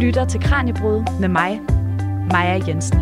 lytter til Kraniebrud med mig, Maja Jensen.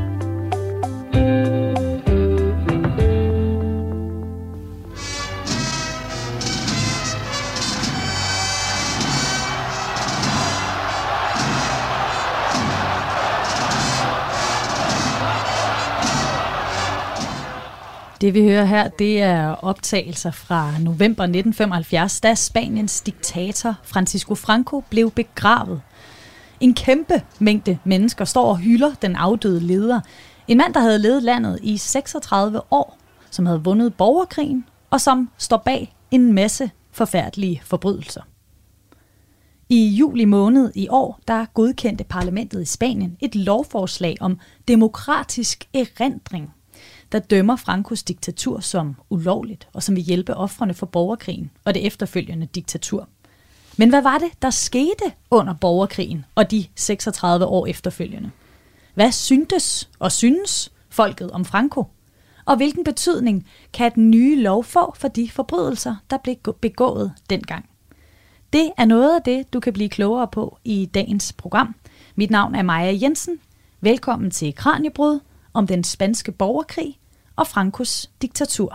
Det vi hører her, det er optagelser fra november 1975, da Spaniens diktator Francisco Franco blev begravet. En kæmpe mængde mennesker står og hylder den afdøde leder. En mand, der havde ledet landet i 36 år, som havde vundet borgerkrigen, og som står bag en masse forfærdelige forbrydelser. I juli måned i år, der godkendte parlamentet i Spanien et lovforslag om demokratisk erindring, der dømmer Francos diktatur som ulovligt, og som vil hjælpe ofrene for borgerkrigen og det efterfølgende diktatur. Men hvad var det, der skete under borgerkrigen og de 36 år efterfølgende? Hvad syntes og synes folket om Franco? Og hvilken betydning kan den nye lov få for de forbrydelser, der blev begået dengang? Det er noget af det, du kan blive klogere på i dagens program. Mit navn er Maja Jensen. Velkommen til Kraniebrud om den spanske borgerkrig og Francos diktatur.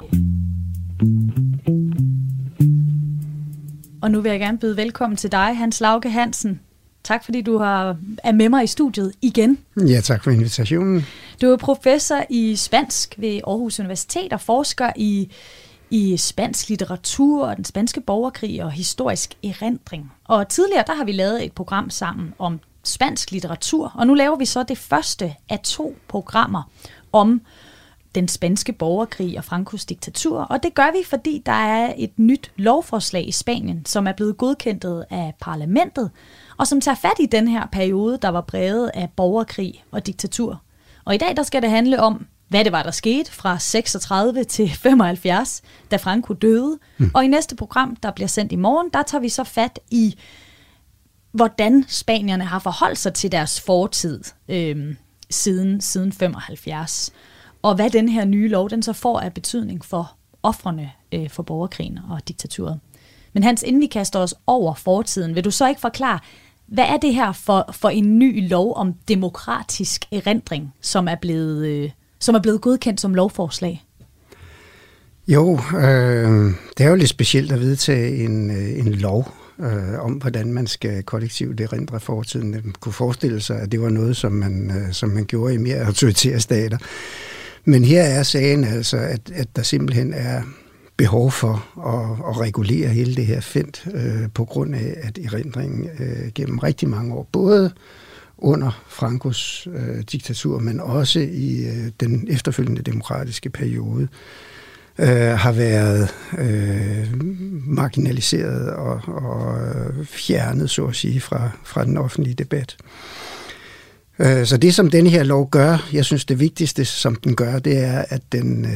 Og nu vil jeg gerne byde velkommen til dig, Hans Lauke Hansen. Tak fordi du er med mig i studiet igen. Ja, tak for invitationen. Du er professor i spansk ved Aarhus Universitet og forsker i spansk litteratur og den spanske borgerkrig og historisk erindring. Og tidligere der har vi lavet et program sammen om spansk litteratur, og nu laver vi så det første af 2 programmer om den spanske borgerkrig og Francos diktatur. Og det gør vi, fordi der er et nyt lovforslag i Spanien, som er blevet godkendt af parlamentet, og som tager fat i den her periode, der var præget af borgerkrig og diktatur. Og i dag der skal det handle om, hvad det var, der skete fra 36 til 75, da Franco døde. Og i næste program, der bliver sendt i morgen, der tager vi så fat i, hvordan spanierne har forholdt sig til deres fortid siden 75. Og hvad den her nye lov, den så får af betydning for ofrene for borgerkrigen og diktaturet. Men Hans, inden vi kaster os over fortiden, vil du så ikke forklare, hvad er det her for en ny lov om demokratisk erindring, som er blevet godkendt som lovforslag? Jo, det er jo lidt specielt at vedtage en lov om, hvordan man skal kollektivt erindre fortiden. Man kunne forestille sig, at det var noget, som man gjorde i mere autoritære stater. Men her er sagen altså, at der simpelthen er behov for at regulere hele det her felt på grund af, at erindringen gennem rigtig mange år, både under Francos diktatur, men også i den efterfølgende demokratiske periode, har været marginaliseret og fjernet, så at sige, fra den offentlige debat. Så det, som denne her lov gør, jeg synes det vigtigste, som den gør, det er, at den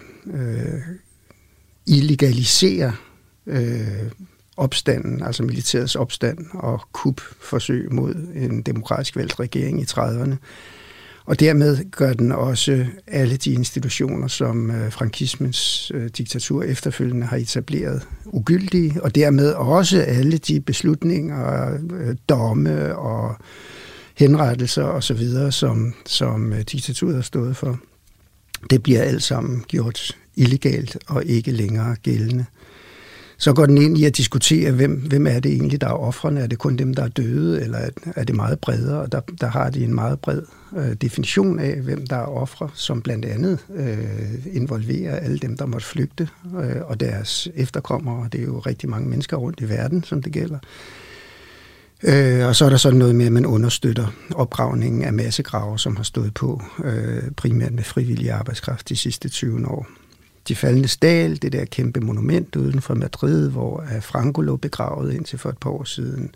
illegaliserer opstanden, altså militærets opstand og kupforsøg mod en demokratisk valgt regering i 30'erne. Og dermed gør den også alle de institutioner, som frankismens diktatur efterfølgende har etableret, ugyldige, og dermed også alle de beslutninger, domme og henrettelser osv., som diktaturet har stået for. Det bliver alt sammen gjort illegalt og ikke længere gældende. Så går den ind i at diskutere, hvem er det egentlig, der er ofrene? Er det kun dem, der er døde, eller er det meget bredere? Og der har de en meget bred definition af, hvem der er ofre, som blandt andet involverer alle dem, der måtte flygte, og deres efterkommere. Det er jo rigtig mange mennesker rundt i verden, som det gælder. Og så er der sådan noget med, at man understøtter opgravningen af massegrave, som har stået på primært med frivillig arbejdskraft de sidste 20 år. De Faldendes Dal, det der kæmpe monument uden for Madrid, hvor Franco lå begravet indtil for et par år siden.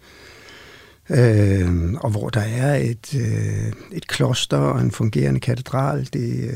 Og hvor der er et kloster og en fungerende katedral.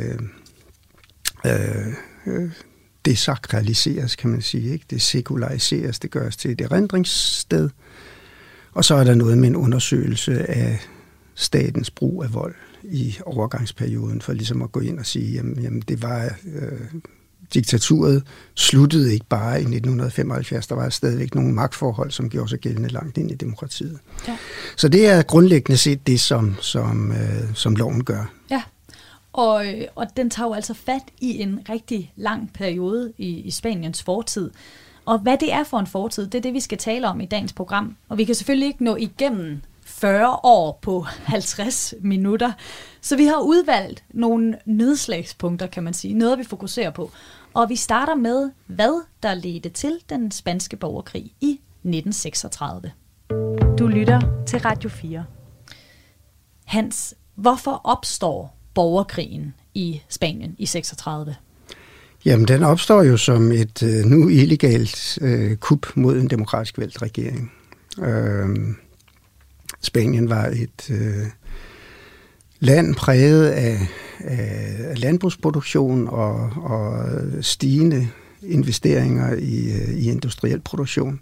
Det sakraliseres, kan man sige, ikke? Det sekulariseres, det gøres til et erindringssted. Og så er der noget med en undersøgelse af statens brug af vold i overgangsperioden, for ligesom at gå ind og sige, jamen det var diktaturet sluttede ikke bare i 1975. Der var stadigvæk nogle magtforhold, som gjorde sig gældende langt ind i demokratiet. Ja. Så det er grundlæggende set det, som loven gør. Ja, og den tager jo altså fat i en rigtig lang periode i Spaniens fortid. Og hvad det er for en fortid, det er det, vi skal tale om i dagens program. Og vi kan selvfølgelig ikke nå igennem 40 år på 50 minutter. Så vi har udvalgt nogle nedslagspunkter, kan man sige. Noget, vi fokuserer på. Og vi starter med, hvad der ledte til den spanske borgerkrig i 1936. Du lytter til Radio 4. Hans, hvorfor opstår borgerkrigen i Spanien i 36? Jamen, den opstår jo som et nu illegalt kup mod en demokratisk valgt regering. Spanien var et land præget af landbrugsproduktion og stigende investeringer i industriel produktion.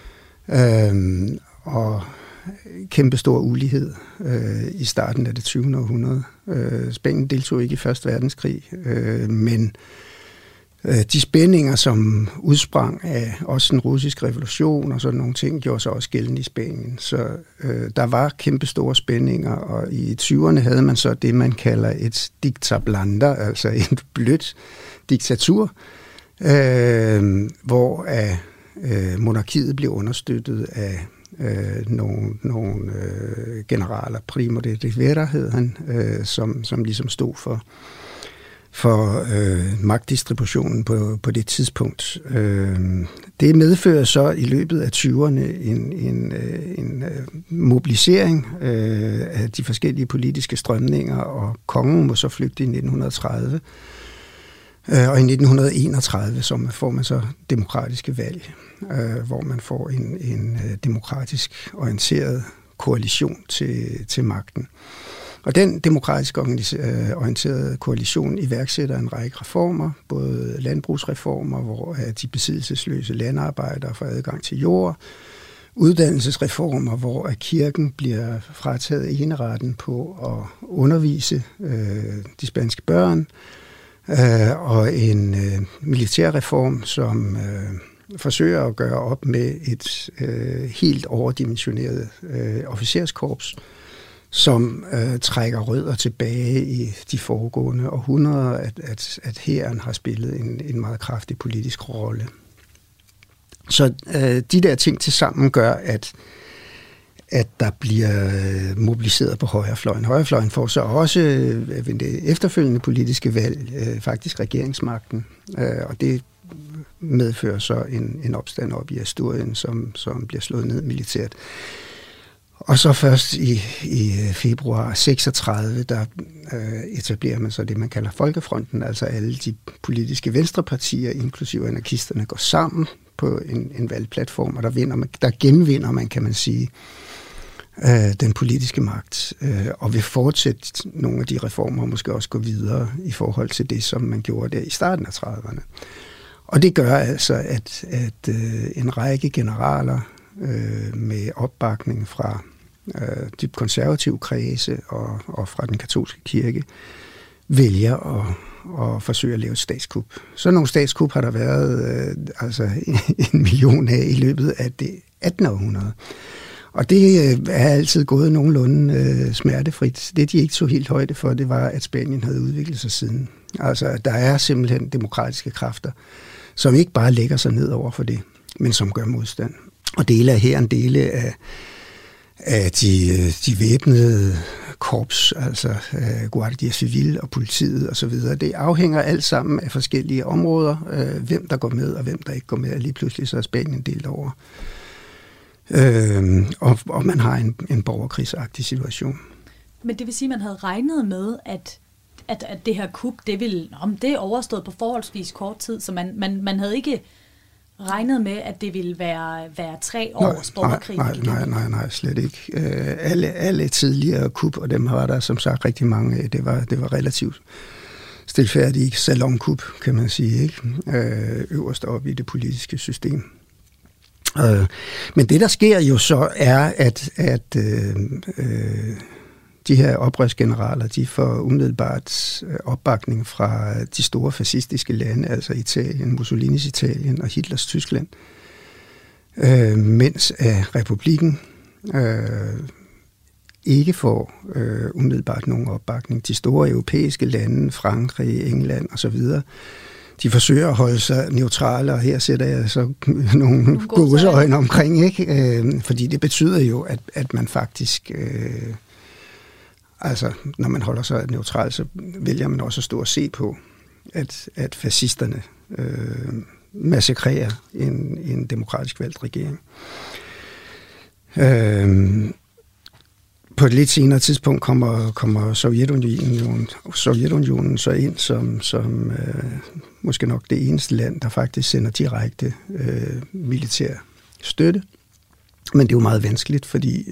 Og kæmpe stor ulighed i starten af det 20. århundrede. Spanien deltog ikke i 1. verdenskrig, men de spændinger, som udsprang af også den russiske revolution og sådan nogle ting, gjorde sig også gældende i Spanien. Så der var kæmpe store spændinger, og i 20'erne havde man så det, man kalder et dictablanda, altså et blødt diktatur, hvor monarkiet blev understøttet af nogle generaler, Primo de Rivera hed han, som ligesom stod for magtdistributionen på det tidspunkt. Det medfører så i løbet af 20'erne en mobilisering af de forskellige politiske strømninger, og kongen må så flygte i 1930. Og i 1931 så får man så demokratiske valg, hvor man får en demokratisk orienteret koalition til magten. Og den demokratisk orienterede koalition iværksætter en række reformer, både landbrugsreformer, hvor de besiddelsesløse landarbejdere får adgang til jord, uddannelsesreformer, hvor kirken bliver frataget eneretten på at undervise de spanske børn, og en militærreform, som forsøger at gøre op med et helt overdimensioneret officerskorps, som trækker rødder tilbage i de foregående århundreder, at hæren har spillet en meget kraftig politisk rolle. Så de der ting til sammen gør, at der bliver mobiliseret på højrefløjen. Højrefløjen får så også ved det efterfølgende politiske valg faktisk regeringsmagten, og det medfører så en opstand op i Asturien, som bliver slået ned militært. Og så først i februar 36, der etablerer man så det, man kalder Folkefronten, altså alle de politiske venstrepartier, inklusive anarkisterne, går sammen på en valgplatform, og der genvinder man, kan man sige, den politiske magt, og vil fortsætte nogle af de reformer, og måske også gå videre i forhold til det, som man gjorde der i starten af 30'erne. Og det gør altså, at en række generaler med opbakning fra dybt konservative kredse og fra den katolske kirke vælger at forsøge at lave et statskup. Så nogle statskup har der været en million af i løbet af det 18. århundrede. Og det er altid gået nogenlunde smertefrit. Det, de ikke så helt højde for, det var, at Spanien havde udviklet sig siden. Altså, der er simpelthen demokratiske kræfter, som ikke bare lægger sig ned over for det, men som gør modstand. Og dele af hæren, dele af de væbnede korps, altså Guardia Civil og politiet osv., det afhænger alt sammen af forskellige områder, hvem der går med og hvem der ikke går med. Lige pludselig så er Spanien delt over. Og man har en borgerkrigsagtig situation. Men det vil sige, at man havde regnet med, at det her kup, det er overstået på forholdsvis kort tid, så man havde ikke regnet med, at det ville være 3 års borgerkrig? Nej, slet ikke. Alle tidligere kup, og dem var der som sagt rigtig mange af, det var relativt stilfærdige salonkup, kan man sige, ikke? Øverst op i det politiske system. Men det, der sker jo så, er, at de her oprørsgeneraler, de får umiddelbart opbakning fra de store fascistiske lande, altså Italien, Mussolinis Italien og Hitlers Tyskland, mens republikken ikke får umiddelbart nogen opbakning. De store europæiske lande, Frankrig, England osv., de forsøger at holde sig neutrale, og her sætter jeg så nogle gåseøjne omkring, ikke? Fordi det betyder jo, at man faktisk, altså når man holder sig neutral, så vælger man også at stå og se på, at fascisterne massakrerer en demokratisk valgt regering. På et lidt senere tidspunkt kommer Sovjetunionen så ind som måske nok det eneste land, der faktisk sender direkte militær støtte. Men det er jo meget vanskeligt, fordi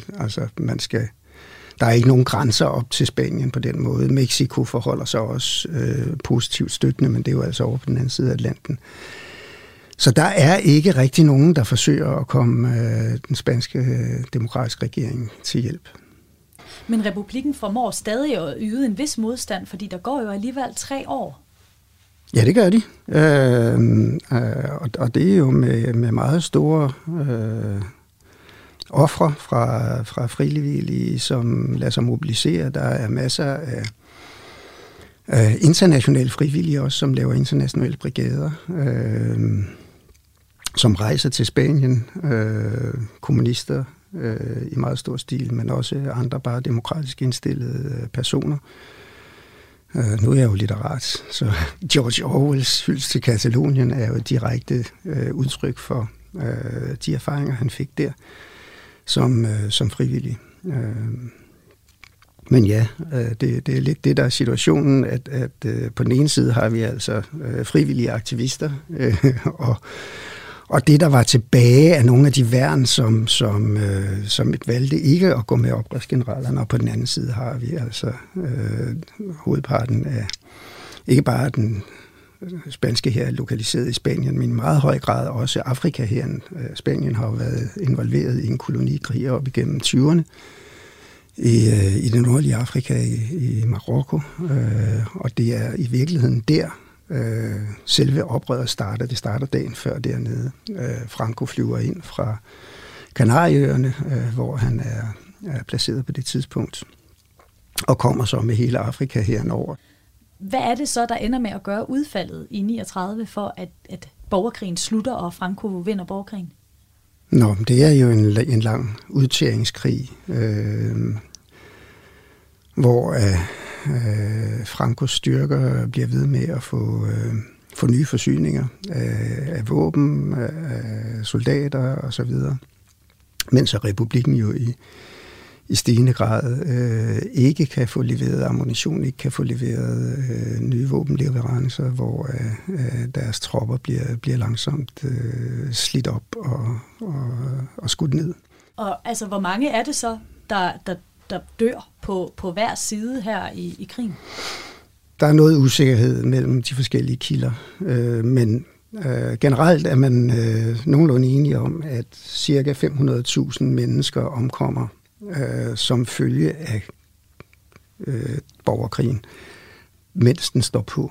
der er ikke nogen grænser op til Spanien på den måde. Mexico forholder sig også positivt støttende, men det er jo altså over på den anden side af Atlanten. Så der er ikke rigtig nogen, der forsøger at komme den spanske demokratiske regering til hjælp. Men republikken formår stadig at yde en vis modstand, fordi der går jo alligevel 3 år. Ja, det gør de. Og det er jo med meget store ofre fra frivillige, som lader sig mobilisere. Der er masser af internationale frivillige også, som laver internationale brigader, som rejser til Spanien, kommunister i meget stor stil, men også andre bare demokratisk indstillede personer. Nu er jeg jo litterat, så George Orwells Hyldest til Katalonien er jo et direkte udtryk for de erfaringer, han fik der som frivillig. Men ja, det er lidt det, der er situationen, at på den ene side har vi altså frivillige aktivister, og det, der var tilbage af nogle af de værn, som et valgte ikke at gå med oprørsgeneralerne, og på den anden side har vi altså hovedparten af, ikke bare den spanske hær lokaliseret i Spanien, men i meget høj grad også Afrika-hæren. Spanien har jo været involveret i en kolonikrig op igennem 20'erne i det nordlige Afrika, i Marokko, og det er i virkeligheden der, selve oprøret starter. Det starter dagen før dernede. Franco flyver ind fra Kanarieøerne, hvor han er placeret på det tidspunkt, og kommer så med hele Afrika henover. Hvad er det så, der ender med at gøre udfaldet i 39 for, at borgerkrigen slutter, og Franco vinder borgerkrigen? Nå, det er jo en lang udtjæringskrig, hvor Francos styrker bliver ved med at få nye forsyninger af våben, af soldater osv., mens republikken jo i stigende grad ikke kan få leveret ammunition, ikke kan få leveret nye våbenleverancer, hvor deres tropper bliver langsomt slidt op og skudt ned. Og altså, hvor mange er det så, der dør på hver side her i krigen? Der er noget usikkerhed mellem de forskellige kilder, men generelt er man nogenlunde enige om, at cirka 500.000 mennesker omkommer som følge af borgerkrigen, mens den står på.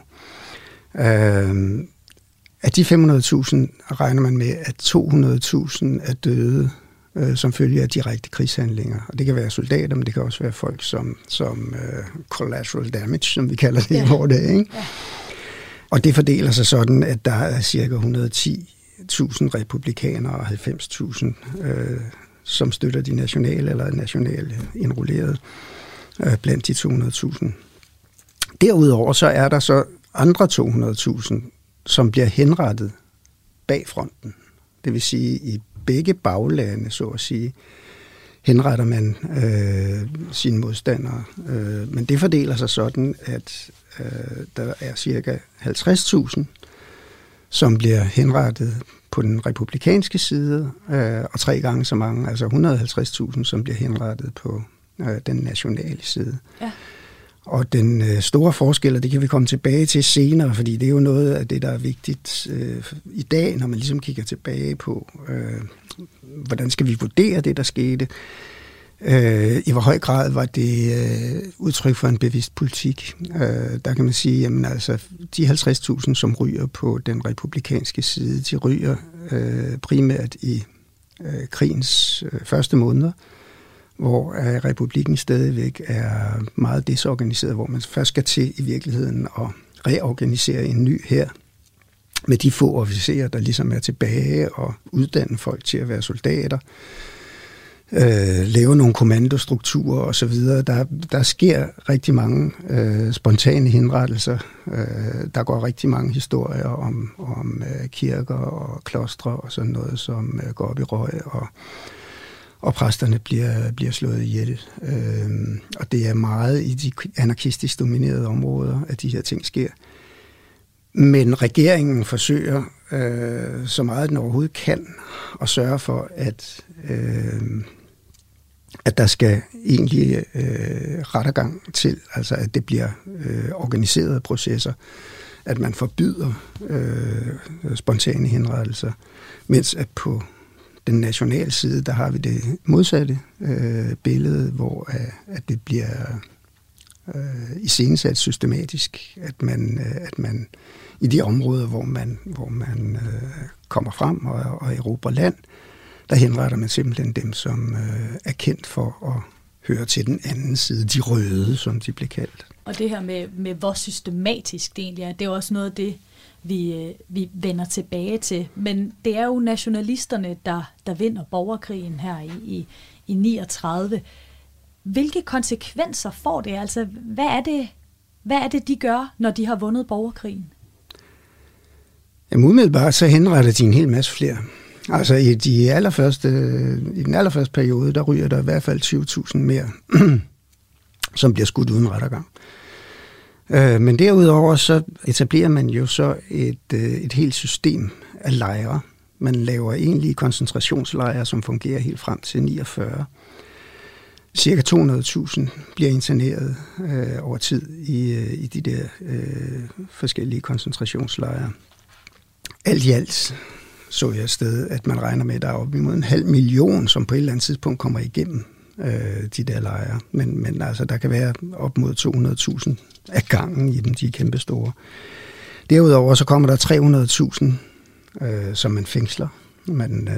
Af de 500.000 regner man med, at 200.000 er døde som følge af direkte krigshandlinger. Og det kan være soldater, men det kan også være folk som collateral damage, som vi kalder det i vore dage, ikke? Ja. Og det fordeler sig sådan, at der er cirka 110.000 republikanere og 90.000 som støtter de nationale eller nationale enrollerede blandt de 200.000. Derudover så er der så andre 200.000, som bliver henrettet bag fronten. Det vil sige, i begge baglande, så at sige, henretter man sine modstandere. Men det fordeler sig sådan, at der er cirka 50.000, som bliver henrettet på den republikanske side, og 3 gange så mange, altså 150.000, som bliver henrettet på den nationale side. Ja. Og den store forskel, og det kan vi komme tilbage til senere, fordi det er jo noget af det, der er vigtigt i dag, når man ligesom kigger tilbage på, hvordan skal vi vurdere det, der skete. I hvor høj grad var det udtryk for en bevidst politik? Der kan man sige, jamen altså, de 50.000, som ryger på den republikanske side, de ryger primært i krigens første måneder, hvor republikken stadigvæk er meget desorganiseret, hvor man først skal til i virkeligheden at reorganisere en ny hær med de få officerer, der ligesom er tilbage, og uddanne folk til at være soldater, lave nogle kommandostrukturer osv. Der sker rigtig mange spontane henrettelser. Der går rigtig mange historier om kirker og klostre og sådan noget, som går op i røg, og præsterne bliver slået ihjel. Og det er meget i de anarkistisk dominerede områder, at de her ting sker. Men regeringen forsøger så meget den overhovedet kan at sørge for, at der skal egentlig rettergang til, altså at det bliver organiserede processer, at man forbyder spontane henrettelser, mens at på den nationale side, der har vi det modsatte billede, hvor at det bliver iscenesat systematisk, at man i de områder, hvor man kommer frem og erobrer land, der henretter man simpelthen dem, som er kendt for at høre til den anden side, de røde, som de blev kaldt. Og det her med hvor systematisk det egentlig er, det er også noget af det, vi vender tilbage til. Men det er jo nationalisterne, der vinder borgerkrigen her i 39. Hvilke konsekvenser får det? Altså, hvad er det, de gør, når de har vundet borgerkrigen? Jamen umiddelbart så henretter de en hel masse flere. Altså i den allerførste periode, der ryger der i hvert fald 20.000 mere, som bliver skudt uden rettergang. Men derudover så etablerer man jo så et helt system af lejre. Man laver egentlige koncentrationslejre, som fungerer helt frem til 49. Cirka 200.000 bliver interneret over tid i de der forskellige koncentrationslejre. Alt i alt så jeg et sted, at man regner med, at der er op imod 500.000, som på et eller andet tidspunkt kommer igennem de der lejre. Men altså, der kan være op mod 200.000 af gangen i dem, de er kæmpestore. Derudover så kommer der 300.000, som man fængsler. Man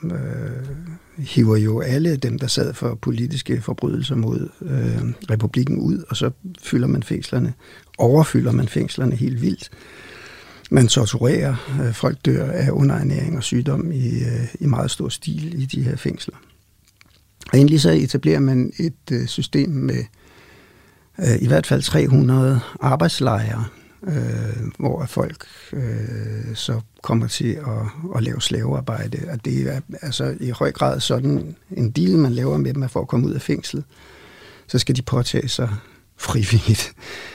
hiver jo alle dem, der sad for politiske forbrydelser mod republikken ud, og så overfylder man fængslerne helt vildt. Man torturerer, folk dør af underernæring og sygdom i meget stor stil i de her fængsler. Og endelig så etablerer man et system med i hvert fald 300 arbejdslejre, hvor folk så kommer til at lave slavearbejde. Og det er altså i høj grad sådan en deal, man laver med dem, at for at komme ud af fængslet, så skal de påtage sig frivilligt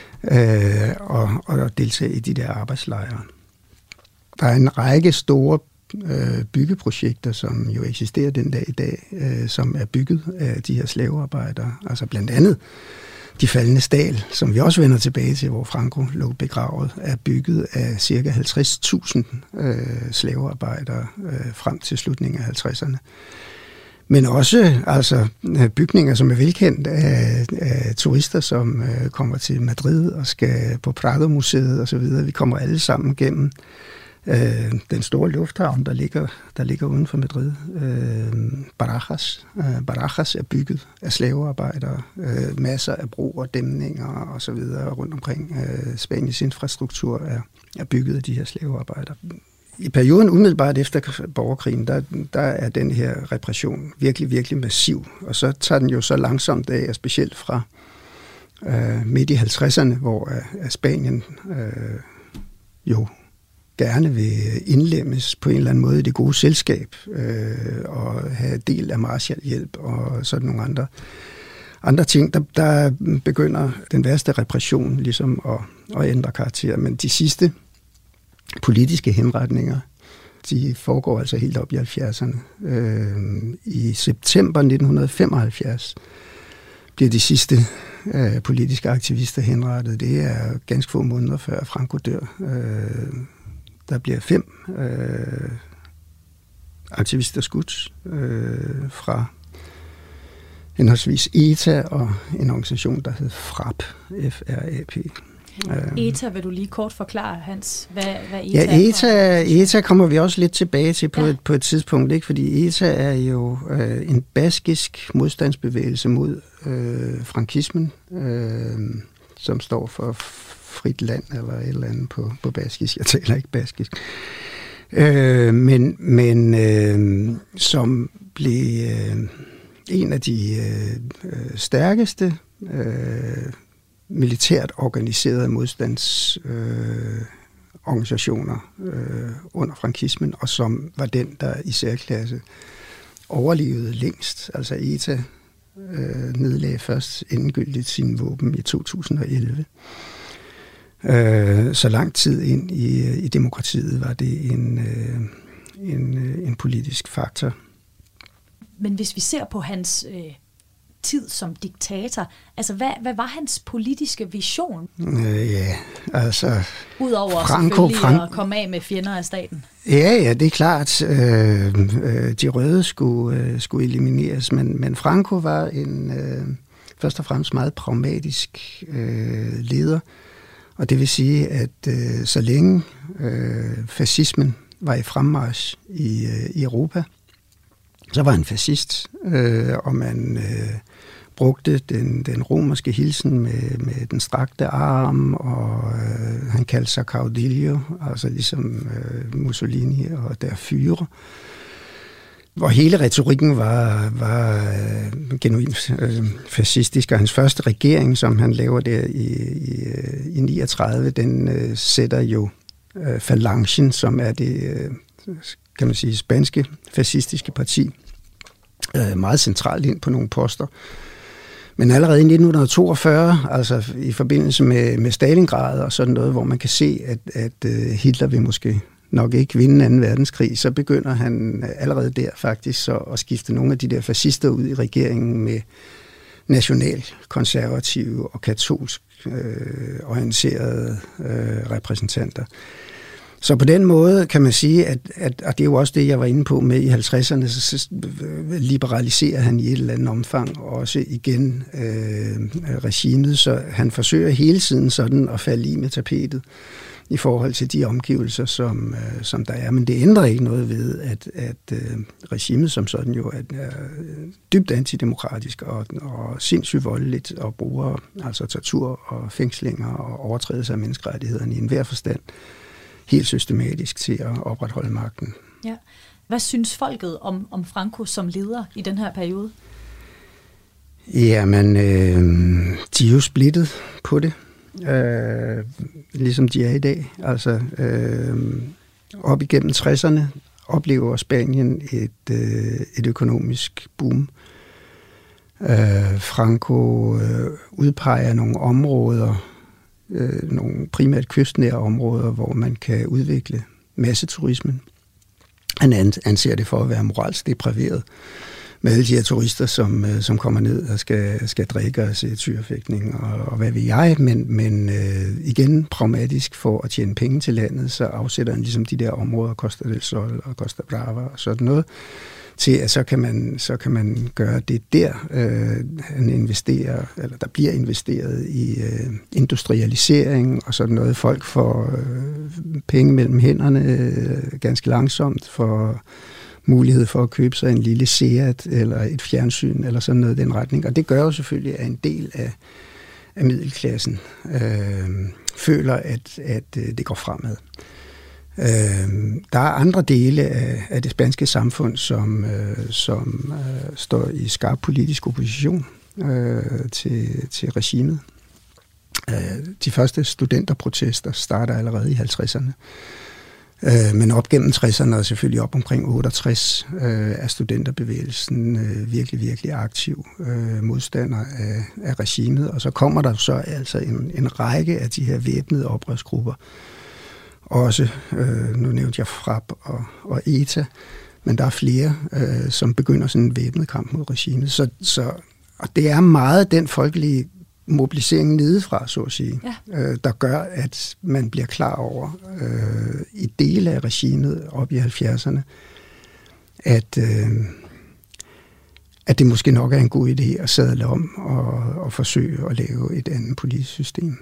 og deltage i de der arbejdslejre. Der er en række store byggeprojekter, som jo eksisterer den dag i dag, som er bygget af de her slavearbejdere. Altså blandt andet De Faldnes Dal, som vi også vender tilbage til, hvor Franco lå begravet, er bygget af ca. 50.000 slavearbejdere frem til slutningen af 50'erne. Men også altså, bygninger, som er velkendt af turister, som kommer til Madrid og skal på Prado-museet osv. Vi kommer alle sammen gennem den store lufthavn, der ligger uden for Madrid. Barajas. Barajas er bygget af slavearbejdere. Masser af broer, dæmninger og så videre rundt omkring. Spaniens infrastruktur er bygget af de her slavearbejdere. I perioden umiddelbart efter borgerkrigen, der er den her repression virkelig, virkelig massiv. Og så tager den jo så langsomt af, specielt fra midt i 50'erne, hvor Spanien jo gerne vil indlemmes på en eller anden måde i det gode selskab og have del af Marshallhjælp og sådan nogle andre ting. Der begynder den værste repression ligesom at ændre karakter. Men de sidste politiske henretninger, de foregår altså helt op i 70'erne. I september 1975 bliver de sidste politiske aktivister henrettet. Det er ganske få måneder før Franco dør. Der bliver 5 aktivister skudt fra henholdsvis ETA og en organisation, der hed FRAP, F-R-A-P. ETA, vil du lige kort forklare, Hans, hvad ETA er? Ja, ETA kommer vi også lidt tilbage til på et tidspunkt, ikke? Fordi ETA er jo en baskisk modstandsbevægelse mod frankismen, som står for frit land eller et eller andet på baskisk. Jeg taler ikke baskisk. Men som blev en af de stærkeste militært organiserede modstandsorganisationer under frankismen, og som var den, der i særklasse overlevede længst. Altså ETA nedlagde først endegyldigt sine våben i 2011. Så lang tid ind i demokratiet var det en politisk faktor. Men hvis vi ser på hans tid som diktator, altså hvad var hans politiske vision? Altså udover selvfølgelig at komme af med fjender af staten. Ja, det er klart. De røde skulle elimineres, men Franco var en først og fremmest meget pragmatisk leder. Og det vil sige, at så længe fascismen var i fremmarch i Europa, så var han fascist, og man brugte den romerske hilsen med den strakte arm, og han kaldte sig caudillo, altså ligesom Mussolini og der Führer. Hvor hele retorikken var genuint fascistisk, og hans første regering, som han laver der i 39, den sætter jo Falangen, som er det, kan man sige, spanske fascistiske parti, meget centralt ind på nogle poster. Men allerede i 1942, altså i forbindelse med Stalingrad og sådan noget, hvor man kan se, at Hitler vil måske nok ikke vinde 2. verdenskrig, så begynder han allerede der faktisk så at skifte nogle af de der fascister ud i regeringen med nationalkonservative og katolsk orienterede repræsentanter. Så på den måde kan man sige, at og det er jo også det, jeg var inde på med i 50'erne, så liberaliserer han i et eller andet omfang også igen regimet, så han forsøger hele tiden sådan at falde i med tapetet i forhold til de omgivelser, som der er. Men det ændrer ikke noget ved, at regimet som sådan jo er dybt antidemokratisk og sindssygt voldeligt og bruger altså tortur og fængslinger og overtrædelse af menneskerettighederne i enhver forstand helt systematisk til at opretholde magten. Ja. Hvad synes folket om Franco som leder i den her periode? Jamen, de er jo splittet på det. Ligesom de er i dag. Altså op igennem 60'erne oplever Spanien et økonomisk boom. Franco udpeger nogle områder, nogle primært kystnære områder, hvor man kan udvikle masseturismen. Han anser det for at være moralsk depraveret med alle de her turister, som kommer ned og skal drikke og se tyrefægtning og hvad ved jeg, men igen pragmatisk for at tjene penge til landet, så afsætter han ligesom de der områder, Costa del Sol og Costa Brava og sådan noget, til at så kan man gøre det der. Han investerer, eller der bliver investeret i industrialisering og sådan noget. Folk får penge mellem hænderne ganske langsomt, for mulighed for at købe sig en lille Seat eller et fjernsyn eller sådan noget i den retning. Og det gør jo selvfølgelig, at en del af middelklassen føler, at det går fremad. Der er andre dele af det spanske samfund, som står i skarp politisk opposition til regimet. De første studenterprotester starter allerede i 50'erne. Men op gennem 60'erne og selvfølgelig op omkring 68 er studenterbevægelsen virkelig, virkelig aktiv modstander af regimet. Og så kommer der så altså en række af de her væbnede oprørsgrupper. Også, nu nævnte jeg FRAP og ETA, men der er flere, som begynder sådan en væbnet kamp mod regimet. Og det er meget den folkelige mobilisering nedefra, så at sige, der gør, at man bliver klar over i dele af regimet op i 70'erne, at det måske nok er en god idé at sadle om og forsøge at lave et andet politisk system.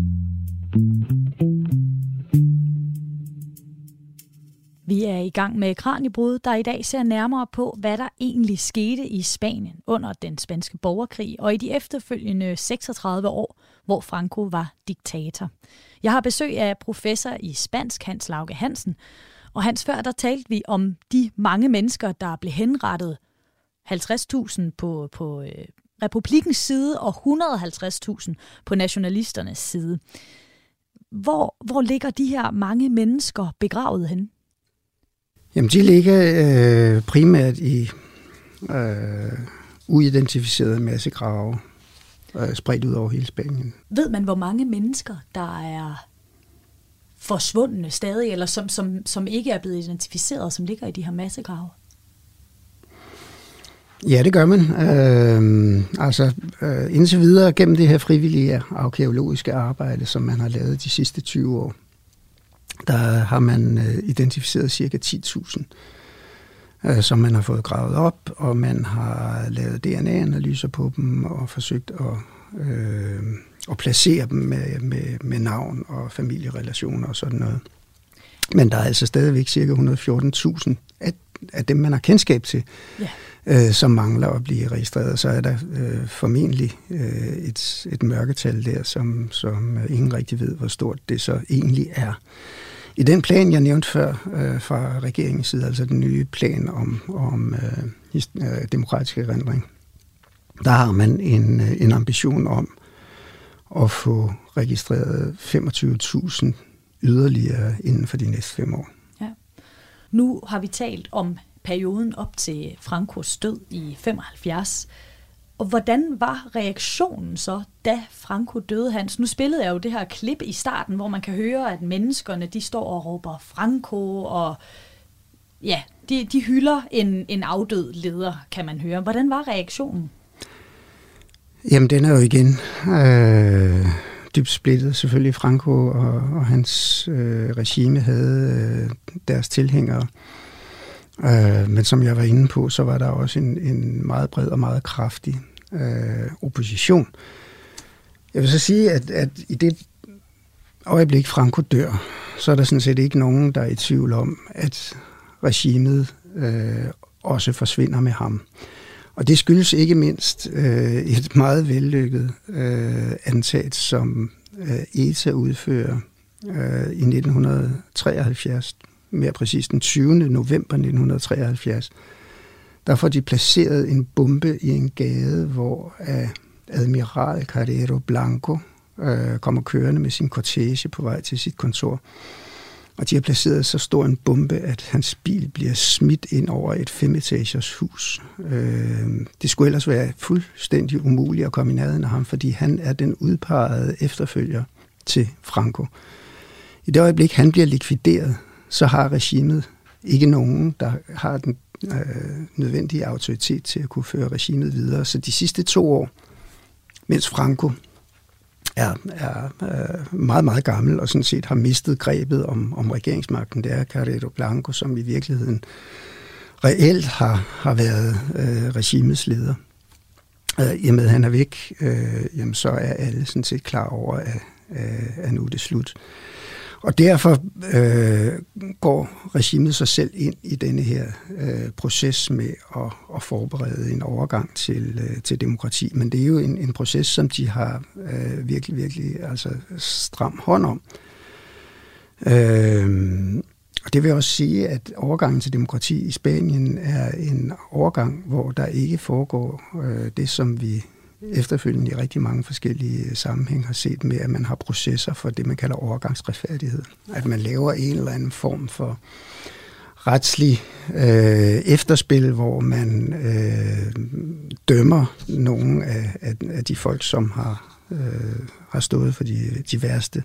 Vi er i gang med Kraniebrud, der i dag ser nærmere på, hvad der egentlig skete i Spanien under den spanske borgerkrig og i de efterfølgende 36 år, hvor Franco var diktator. Jeg har besøg af professor i spansk Hans Lauge Hansen, og Hans, før der talte vi om de mange mennesker, der blev henrettet. 50.000 på republikkens side og 150.000 på nationalisternes side. Hvor ligger de her mange mennesker begravet hen? Jamen, de ligger primært i uidentificerede massegrave, spredt ud over hele Spanien. Ved man, hvor mange mennesker, der er forsvundne stadig, eller som ikke er blevet identificeret, som ligger i de her massegrave? Ja, det gør man. Indtil videre gennem det her frivillige arkæologiske arbejde, som man har lavet de sidste 20 år, der har man identificeret ca. 10.000, som man har fået gravet op, og man har lavet DNA-analyser på dem og forsøgt at placere dem med navn og familierelationer og sådan noget. Men der er altså stadigvæk ca. 114.000 af dem, man har kendskab til, som mangler at blive registreret. Så er der formentlig et mørketal der, som ingen rigtig ved, hvor stort det så egentlig er. I den plan, jeg nævnte før fra regeringens side, altså den nye plan om demokratisk erindring, der har man en ambition om at få registreret 25.000 yderligere inden for de næste 5 år. Ja. Nu har vi talt om perioden op til Francos død i 75. Og hvordan var reaktionen så, da Franco døde, Hans? Nu spillede jeg jo det her klip i starten, hvor man kan høre, at menneskerne de står og råber Franco, og ja, de hylder en afdød leder, kan man høre. Hvordan var reaktionen? Jamen, den er jo igen dybt splittet. Selvfølgelig Franco og hans regime havde deres tilhængere. Men som jeg var inde på, så var der også en meget bred og meget kraftig opposition. Jeg vil så sige, at i det øjeblik Franco dør, så er der sådan set ikke nogen, der er i tvivl om, at regimet også forsvinder med ham. Og det skyldes ikke mindst et meget vellykket attentat, som ETA udfører i 1973, mere præcis den 20. november 1973, der får de placeret en bombe i en gade, hvor admiral Carrero Blanco kommer kørende med sin kortege på vej til sit kontor. Og de har placeret så stor en bombe, at hans bil bliver smidt ind over et 5-etagers hus. Det skulle ellers være fuldstændig umuligt at komme i nærheden af ham, fordi han er den udpegede efterfølger til Franco. I det øjeblik, han bliver likvideret, så har regimet ikke nogen, der har den nødvendige autoritet til at kunne føre regimet videre. Så de sidste 2 år, mens Franco er meget, meget gammel og sådan set har mistet grebet om regeringsmagten, det er Carrero Blanco, som i virkeligheden reelt har været regimets leder. I og med, at han er væk, jamen, så er alle sådan set klar over, at nu er det slut. Og derfor går regimet sig selv ind i denne her proces med at forberede en overgang til demokrati. Men det er jo en proces, som de har virkelig altså stram hånd om. Og det vil også sige, at overgangen til demokrati i Spanien er en overgang, hvor der ikke foregår det, som vi efterfølgende i rigtig mange forskellige sammenhæng har set med, at man har processer for det, man kalder overgangsretfærdighed. At man laver en eller anden form for retslig efterspil, hvor man dømmer nogle af de folk, som har stået for de værste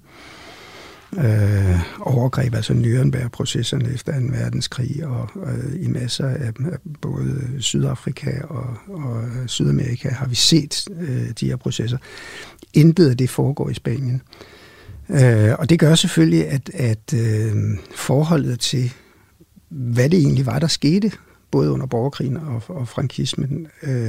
overgreb, altså Nürnberg-processerne efter 2. verdenskrig, og i masser af både Sydafrika og Sydamerika har vi set de her processer. Intet af det foregår i Spanien. Og det gør selvfølgelig, at forholdet til, hvad det egentlig var, der skete både under borgerkrigen og frankismen,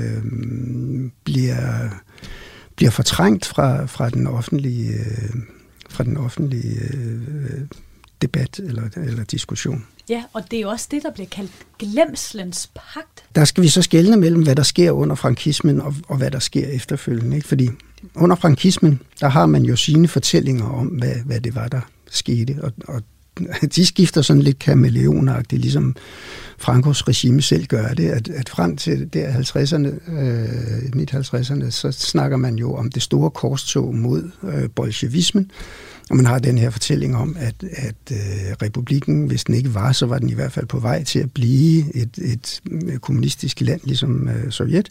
bliver fortrængt fra den offentlige debat eller diskussion. Ja, og det er jo også det, der bliver kaldt glemslens pagt. Der skal vi så skelne mellem, hvad der sker under frankismen og hvad der sker efterfølgende. Ikke? Fordi under frankismen, der har man jo sine fortællinger om, hvad det var, der skete. Og de skifter sådan lidt kameleonagtigt, ligesom Francos regime selv gør det, at frem til der 50'erne, midt-50'erne, så snakker man jo om det store korstog mod bolsjevismen. Og man har den her fortælling om, at republikken, hvis den ikke var, så var den i hvert fald på vej til at blive et kommunistisk land, ligesom Sovjet.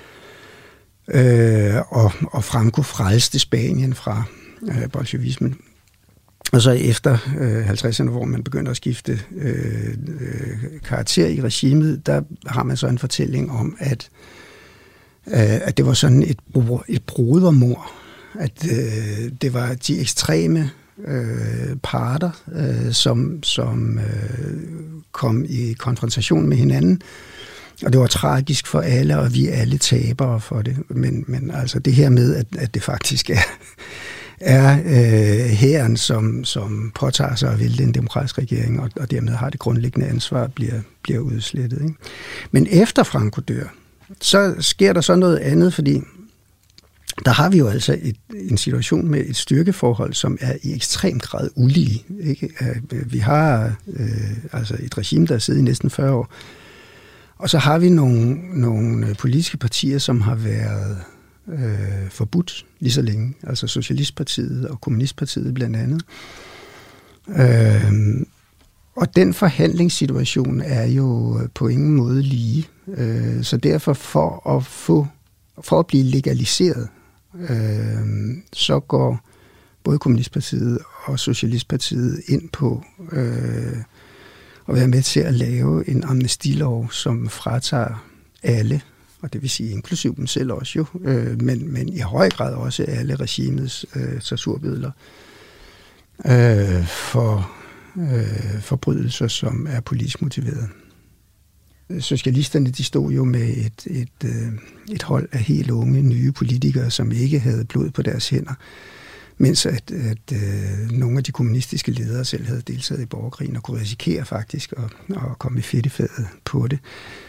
Og Franco frelste Spanien fra bolsjevismen. Og så efter 50'erne, hvor man begynder at skifte karakter i regimet, der har man så en fortælling om, at det var sådan et brodermord. At det var de ekstreme parter, som kom i konfrontation med hinanden. Og det var tragisk for alle, og vi er alle tabere for det. Men altså det her med, at det faktisk er hæren, som påtager sig at vælte en demokratisk regering, og dermed har det grundlæggende ansvar, bliver udslettet. Ikke? Men efter Franco dør, så sker der så noget andet, fordi der har vi jo altså en situation med et styrkeforhold, som er i ekstrem grad ulige. Ikke? Vi har altså et regime, der har siddet i næsten 40 år, og så har vi nogle politiske partier, som har været forbudt lige så længe, altså Socialistpartiet og Kommunistpartiet blandt andet. Og den forhandlingssituation er jo på ingen måde lige. Så derfor for at blive legaliseret, så går både Kommunistpartiet og Socialistpartiet ind på at være med til at lave en amnestilov, som fratager alle, og det vil sige inklusiv dem selv også jo, men i høj grad også alle regimets torturbilleder for forbrydelser, som er politisk motiveret. Socialisterne, de stod jo med et hold af helt unge, nye politikere, som ikke havde blod på deres hænder, mens at nogle af de kommunistiske ledere selv havde deltaget i borgerkrigen og kunne risikere faktisk at komme i fedtefadet på det.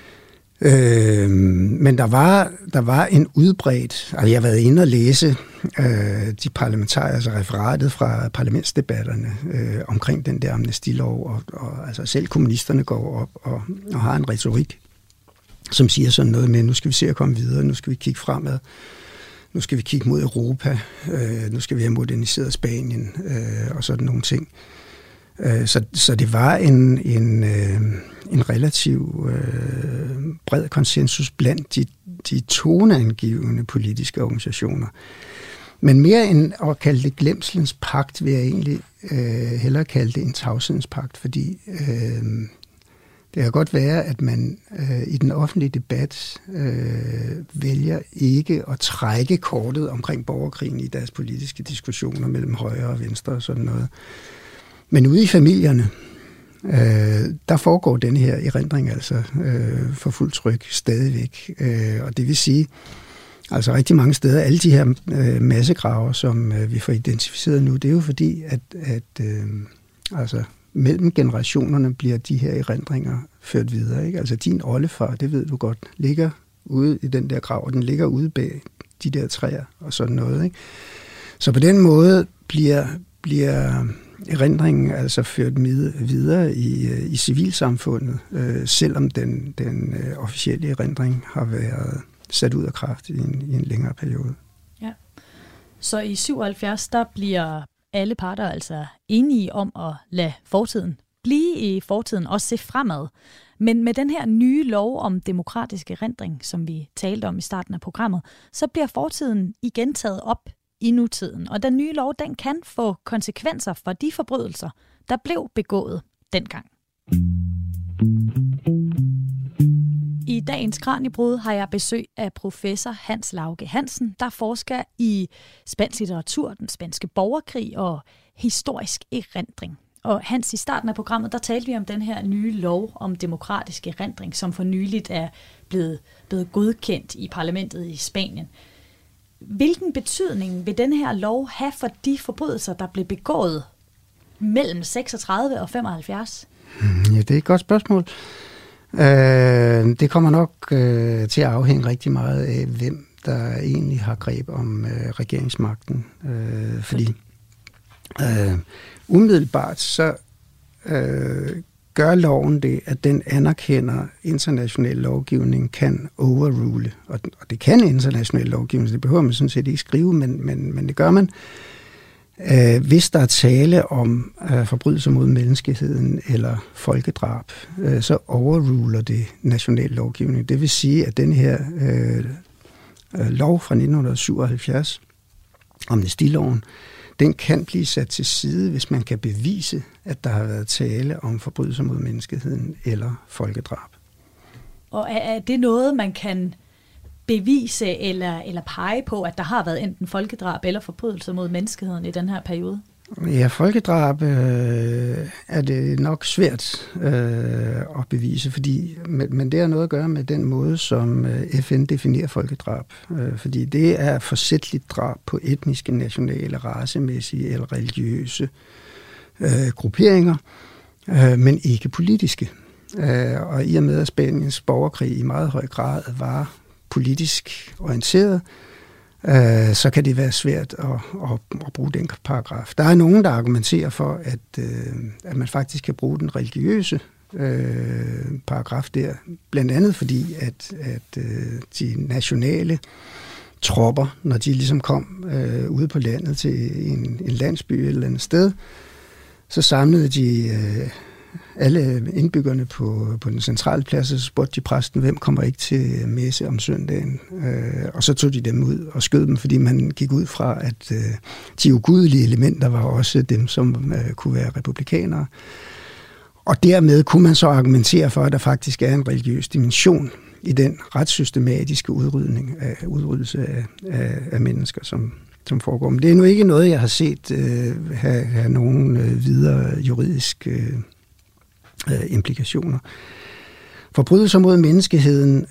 Men der var en udbredt, altså jeg har været inde og læse de parlamentariske referatet fra parlamentsdebatterne omkring den der amnestilov, og altså selv kommunisterne går op og har en retorik, som siger sådan noget med, nu skal vi se at komme videre, nu skal vi kigge fremad, nu skal vi kigge mod Europa, nu skal vi have moderniseret Spanien og sådan nogle ting. Så det var en relativ bred konsensus blandt de toneangivende politiske organisationer. Men mere end at kalde det glemslens pagt, vil jeg egentlig hellere kalde det en tavshedens pagt, fordi det kan godt være, at man i den offentlige debat vælger ikke at trække kortet omkring borgerkrigen i deres politiske diskussioner mellem højre og venstre og sådan noget. Men ude i familierne, der foregår denne her erindring altså for fuld tryk stadigvæk. Og det vil sige, altså rigtig mange steder, alle de her massegraver, som vi får identificeret nu, det er jo fordi, at altså mellem generationerne bliver de her erindringer ført videre. Ikke? Altså din oldefar, det ved du godt, ligger ude i den der grav, og den ligger ude bag de der træer og sådan noget. Ikke? Så på den måde bliver erindringen altså ført videre i civilsamfundet, selvom den officielle erindring har været sat ud af kraft i en længere periode. Ja. Så i 77, der bliver alle parter altså enige om at lade fortiden blive i fortiden og se fremad. Men med den her nye lov om demokratisk erindring, som vi talte om i starten af programmet, så bliver fortiden igen taget op i nutiden. Og den nye lov, den kan få konsekvenser for de forbrydelser, der blev begået dengang. I dagens Kraniebrud har jeg besøg af professor Hans Lauge Hansen, der forsker i spansk litteratur, den spanske borgerkrig og historisk erindring. Og Hans, i starten af programmet, der talte vi om den her nye lov om demokratisk erindring, som for nyligt er blevet godkendt i parlamentet i Spanien. Hvilken betydning vil den her lov have for de forbrydelser, der blev begået mellem 36 og 75? Ja, det er et godt spørgsmål. Det kommer nok til at afhænge rigtig meget af, hvem der egentlig har greb om regeringsmagten. Fordi umiddelbart så gør loven det, at den anerkender international lovgivning, kan overrule. Og det kan international lovgivning, det behøver man sådan set ikke skrive, men det gør man. Hvis der er tale om forbrydelser mod menneskeheden eller folkedrab, så overruler det national lovgivning. Det vil sige, at den her lov fra 1977, amnestiloven, den kan blive sat til side, hvis man kan bevise, at der har været tale om forbrydelser mod menneskeheden eller folkedrab. Og er det noget, man kan bevise eller pege på, at der har været enten folkedrab eller forbrydelser mod menneskeheden i den her periode? Ja, folkedrab er det nok svært at bevise, men det har noget at gøre med den måde, som FN definerer folkedrab. Fordi det er forsætligt drab på etniske, nationale, racemæssige eller religiøse grupperinger, men ikke politiske. Og i og med, at Spaniens borgerkrig i meget høj grad var politisk orienteret, så kan det være svært at bruge den paragraf. Der er nogen, der argumenterer for, at man faktisk kan bruge den religiøse paragraf der, blandt andet fordi, at de nationale tropper, når de ligesom kom ude på landet til en landsby et eller andet sted, så samlede de alle indbyggerne på den centrale plads, så spurgte de præsten, hvem kommer ikke til messe om søndagen? Og så tog de dem ud og skød dem, fordi man gik ud fra, at de ugudelige elementer var også dem, som kunne være republikanere. Og dermed kunne man så argumentere for, at der faktisk er en religiøs dimension i den ret systematiske udryddelse af mennesker, som foregår. Men det er nu ikke noget, jeg har set have nogen videre juridisk implikationer. Forbrydelser mod menneskeheden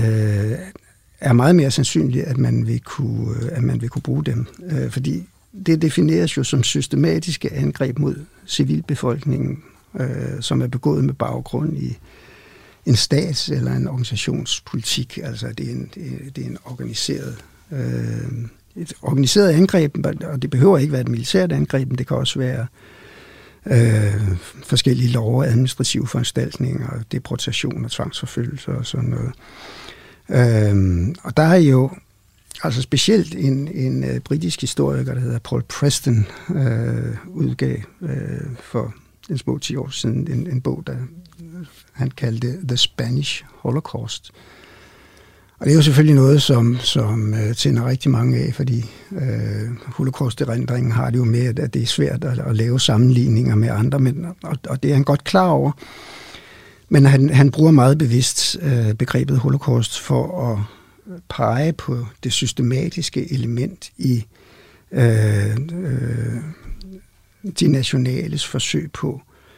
er meget mere sandsynligt, at man vil kunne bruge dem, fordi det defineres jo som systematiske angreb mod civilbefolkningen, som er begået med baggrund i en stats- eller en organisationspolitik. Altså det er en et organiseret angreb, og det behøver ikke være et militært angreb, men det kan også være forskellige love, administrative foranstaltninger, deportation og tvangsforfølgelse og sådan noget. Og der er jo altså specielt en britisk historiker, der hedder Paul Preston, udgav for en små 10 år siden en bog, der han kaldte The Spanish Holocaust. Og det er jo selvfølgelig noget, som tænder rigtig mange af, fordi holocaust-erindringen har det jo med, at det er svært at lave sammenligninger med andre, og det er han godt klar over. Men han bruger meget bevidst begrebet holocaust for at pege på det systematiske element i de nationales forsøg på.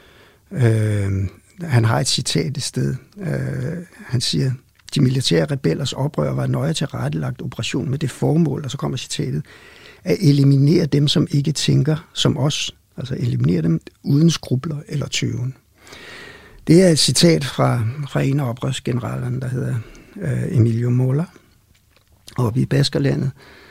Han har et citat et sted. Han siger, de militære rebellers oprør var nøje tilrettelagt operation med det formål, og så kommer citatet, at eliminere dem, som ikke tænker som os, altså eliminere dem uden skrubler eller tøven. Det er et citat fra en af oprørsgeneralerne, der hedder Emilio Mola, oppe i Baskerlandet.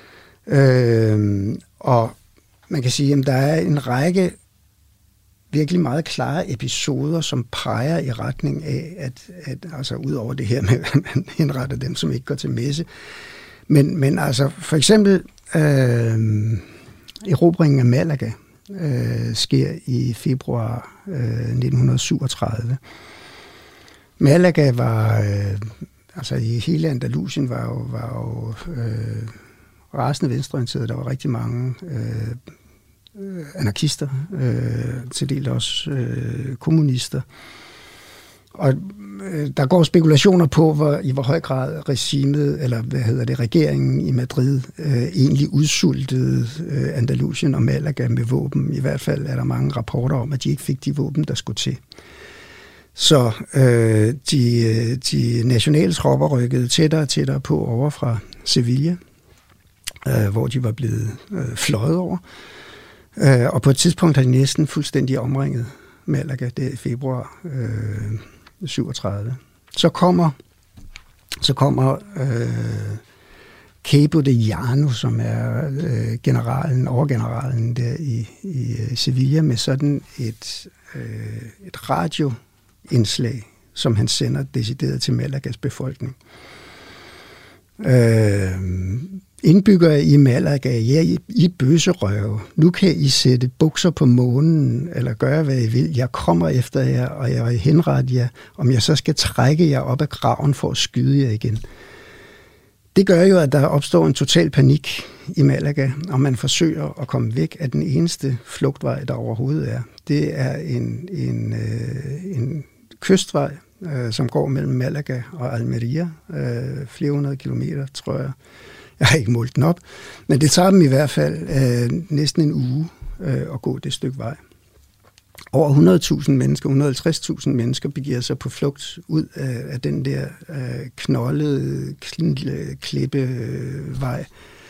Og man kan sige, at der er en række virkelig meget klare episoder, som peger i retning af, at altså ud over det her med, at man henretter dem, som ikke går til messe. Men altså for eksempel erobringen af Malaga sker i februar 1937. Malaga var, altså i hele Andalusien var jo rasende venstreorienterede. Der var rigtig mange anarkister, til del også kommunister. Og der går spekulationer på, i hvor høj grad regimet, eller regeringen i Madrid, egentlig udsultede Andalusien og Malaga med våben. I hvert fald er der mange rapporter om, at de ikke fik de våben, der skulle til. Så de nationale tropper rykkede tættere og tættere på over fra Sevilla, hvor de var blevet fløjet over. Og på et tidspunkt har de næsten fuldstændig omringet Malaga, det i februar 37. Så kommer Cabo de Llano, som er overgeneralen der i Sevilla, med sådan et radioindslag, som han sender decideret til Malagas befolkning. Indbyggere i Malaga, I bøsserøve, nu kan I sætte bukser på månen, eller gøre, hvad I vil. Jeg kommer efter jer, og jeg vil henrette jer, om jeg så skal trække jer op af graven for at skyde jer igen. Det gør jo, at der opstår en total panik i Malaga, og man forsøger at komme væk af den eneste flugtvej, der overhovedet er. Det er en kystvej, som går mellem Malaga og Almeria, flere hundrede kilometer, tror jeg. Jeg har ikke målt den op, men det tager dem i hvert fald næsten en uge at gå det stykke vej. Over 100.000 mennesker, 150.000 mennesker begiver sig på flugt ud af den der knoldede klippevej,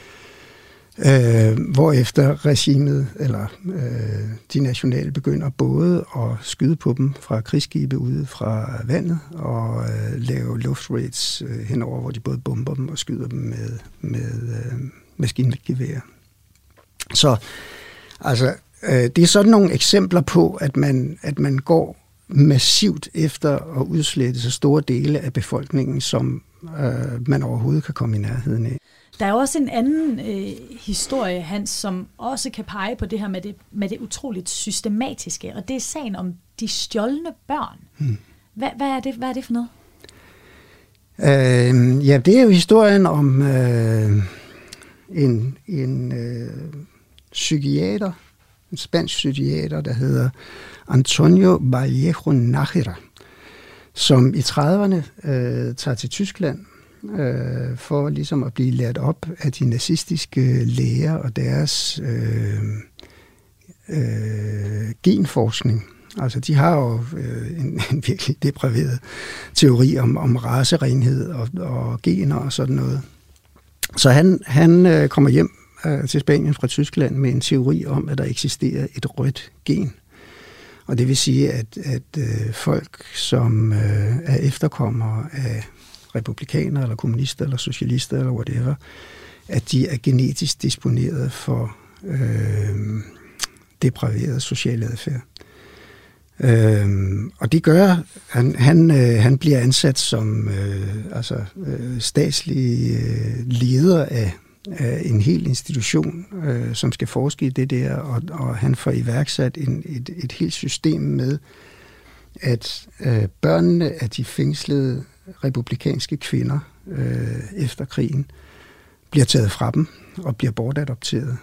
hvorefter regimet eller de nationale begynder både at skyde på dem fra krigsskibe ude fra vandet og lave luftraids henover, hvor de både bomber dem og skyder dem med maskingeværer. Så altså, det er sådan nogle eksempler på, at man går massivt efter at udslette så store dele af befolkningen, som man overhovedet kan komme i nærheden af. Der er også en anden historie, Hans, som også kan pege på det her med det utroligt systematiske, og det er sagen om de stjålne børn. Hvad er det for noget? Ja, det er jo historien om en psykiater, en spansk psykiater, der hedder Antonio Vallejo Nájera, som i 30'erne tager til Tyskland for ligesom at blive lært op af de nazistiske læger og deres genforskning. Altså, de har jo en virkelig depraveret teori om racerenhed og gener og sådan noget. Så han kommer hjem til Spanien fra Tyskland med en teori om, at der eksisterer et rødt gen. Og det vil sige, at folk, som er efterkommere af republikanere, eller kommunister, eller socialister, eller whatever, at de er genetisk disponeret for depraveret social adfærd. Og det gør, han bliver ansat som statslig leder af en hel institution, som skal forske i det der, og han får iværksat et helt system med, at børnene af de fængslede republikanske kvinder efter krigen bliver taget fra dem og bliver bortadopteret.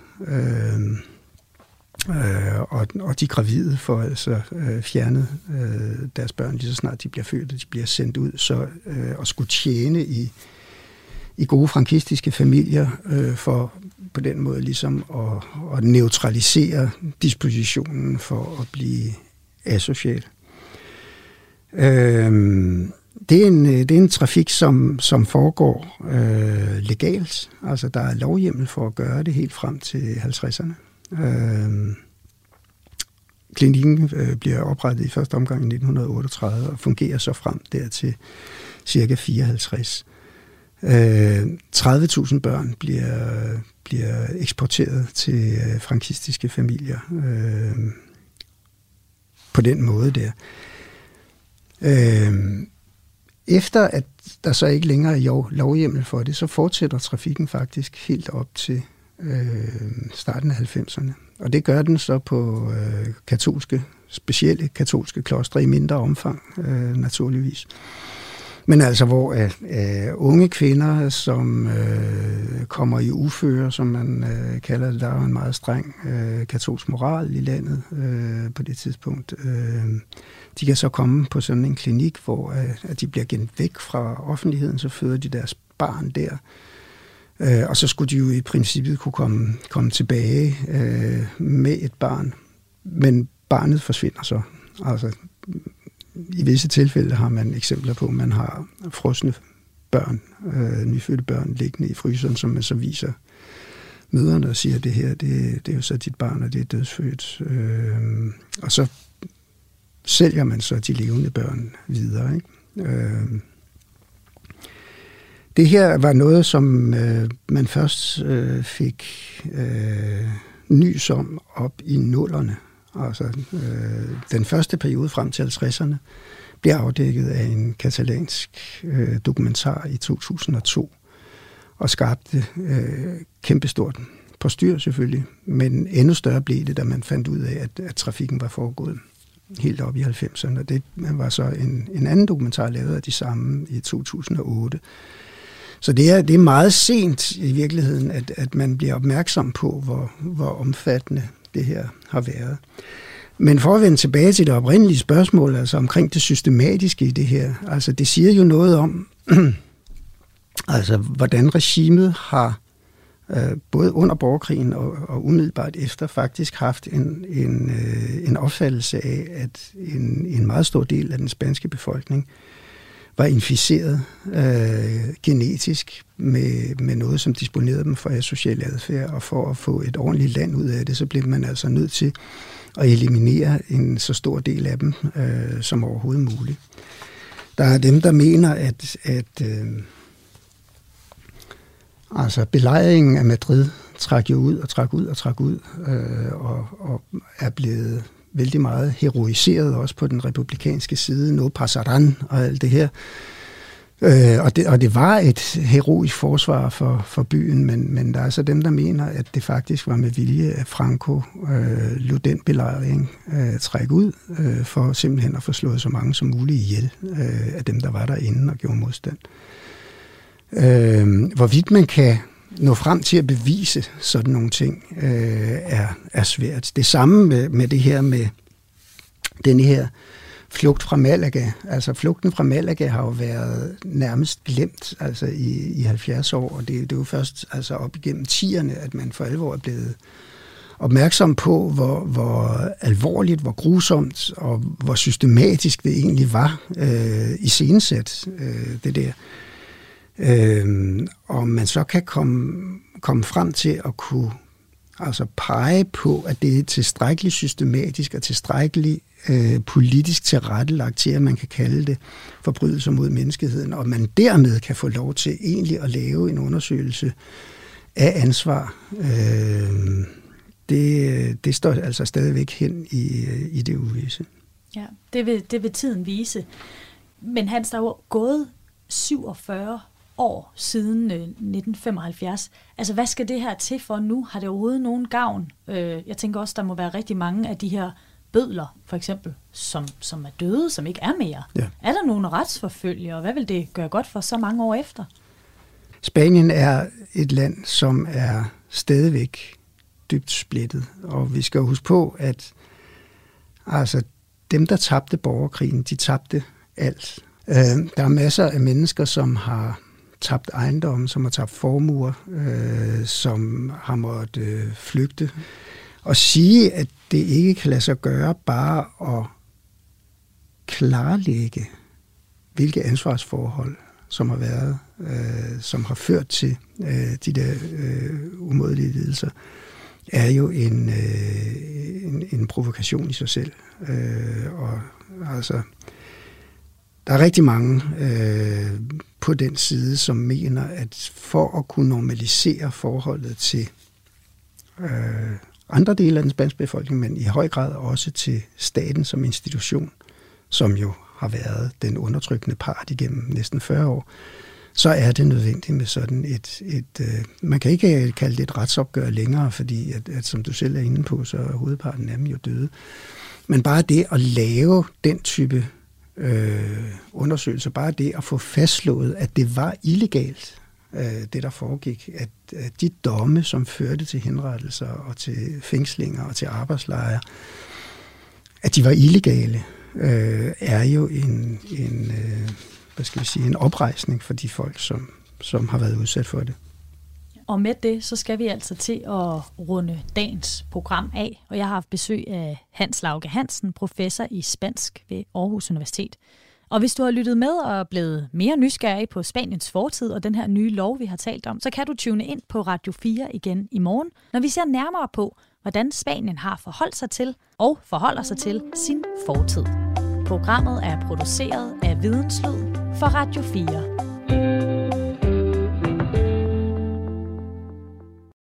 Og de gravide får altså fjernet deres børn lige så snart de bliver født, og de bliver sendt ud så og skulle tjene i gode frankistiske familier for på den måde ligesom at neutralisere dispositionen for at blive asocial. Det er en trafik, som foregår legalt. Altså, der er lovhjemmel for at gøre det helt frem til 50'erne. Klinikken bliver oprettet i første omgang i 1938 og fungerer så frem dertil cirka 54. 30.000 børn bliver eksporteret til frankistiske familier på den måde der. Efter at der så ikke længere er lovhjemmel for det, så fortsætter trafikken faktisk helt op til starten af 90'erne. Og det gør den så på specielle katolske klostre i mindre omfang, naturligvis. Men altså, hvor unge kvinder, som kommer i uføre, som man kalder det. Der er jo en meget streng katolsk moral i landet på det tidspunkt. De kan så komme på sådan en klinik, hvor at de bliver gennem væk fra offentligheden, så føder de deres barn der. Og så skulle de jo i princippet kunne komme tilbage med et barn. Men barnet forsvinder så. Altså, i visse tilfælde har man eksempler på, at man har frosne børn, nyfødte børn liggende i fryseren, som man så viser mødrene og siger, at det her, det er jo så dit barn, og det er dødsfødt. Og så sælger man så de levende børn videre, ikke? Det her var noget, som man først fik nys om op i 00'erne. Altså, den første periode frem til 50'erne blev afdækket af en katalansk dokumentar i 2002 og skabte kæmpestort postyr selvfølgelig, men endnu større blev det, da man fandt ud af, at trafikken var foregået helt op i 90'erne. Det var så en anden dokumentar lavet af de samme i 2008. Så det er meget sent i virkeligheden, at man bliver opmærksom på, hvor omfattende det her har været. Men for at vende tilbage til det oprindelige spørgsmål, altså omkring det systematiske i det her, altså det siger jo noget om, altså hvordan regimet har både under borgerkrigen og umiddelbart efter faktisk haft en opfattelse af, at en meget stor del af den spanske befolkning var inficeret genetisk med noget, som disponerede dem for asocial adfærd, og for at få et ordentligt land ud af det, så blev man altså nødt til at eliminere en så stor del af dem som overhovedet muligt. Der er dem, der mener, at altså belejringen af Madrid trak ud og er blevet vældig meget heroiseret også på den republikanske side, no pasarán og alt det her. Og det var et heroisk forsvar for byen, men der er så dem, der mener, at det faktisk var med vilje, at Franco lod den belejring trække ud, for simpelthen at få slået så mange som muligt ihjel af dem, der var derinde og gjorde modstand. Hvorvidt man kan nå frem til at bevise sådan nogle ting, er svært. Det samme med det her med den her flugt fra Malaga. Altså flugten fra Malaga har jo været nærmest glemt altså i 70 år, og det er jo først altså op igennem 10'erne, at man for alvor er blevet opmærksom på, hvor alvorligt, hvor grusomt og hvor systematisk det egentlig var iscenesat, det der. Og man så kan komme frem til at kunne altså pege på, at det er tilstrækkeligt systematisk og tilstrækkeligt politisk tilrettelagt til, at man kan kalde det forbrydelser mod menneskeheden, og man dermed kan få lov til egentlig at lave en undersøgelse af ansvar. Det står altså stadigvæk hen i det uvisse. Ja, det vil tiden vise. Men Hans, der er jo gået 47 år siden 1975. Altså, hvad skal det her til for nu? Har det overhovedet nogen gavn? Jeg tænker også, der må være rigtig mange af de her bødler, for eksempel, som er døde, som ikke er mere. Ja. Er der nogen retsforfølge, og hvad vil det gøre godt for så mange år efter? Spanien er et land, som er stadigvæk dybt splittet, og vi skal huske på, at altså, dem, der tabte borgerkrigen, de tabte alt. Der er masser af mennesker, som har tabt ejendom, som har tabt formuer, som har måttet flygte. Og sige, at det ikke kan lade sig gøre bare at klarlægge, hvilke ansvarsforhold, som har været, som har ført til de der umådelige lidelser, er jo en provokation i sig selv. Og altså, der er rigtig mange på den side, som mener, at for at kunne normalisere forholdet til andre dele af den spanske befolkning, men i høj grad også til staten som institution, som jo har været den undertrykkende part igennem næsten 40 år, så er det nødvendigt med sådan et man kan ikke kalde det et retsopgør længere, fordi at som du selv er inde på, så er hovedparten af dem jo døde. Men bare det at lave den type undersøgelser, bare det at få fastslået, at det var illegalt det der foregik, at de domme, som førte til henrettelser og til fængslinger og til arbejdslejre, at de var illegale, er jo en oprejsning for de folk, som har været udsat for det. Og med det, så skal vi altså til at runde dagens program af, og jeg har haft besøg af Hans Lauge Hansen, professor i spansk ved Aarhus Universitet. Og hvis du har lyttet med og er blevet mere nysgerrig på Spaniens fortid og den her nye lov, vi har talt om, så kan du tune ind på Radio 4 igen i morgen, når vi ser nærmere på, hvordan Spanien har forholdt sig til og forholder sig til sin fortid. Programmet er produceret af Videnslyd for Radio 4.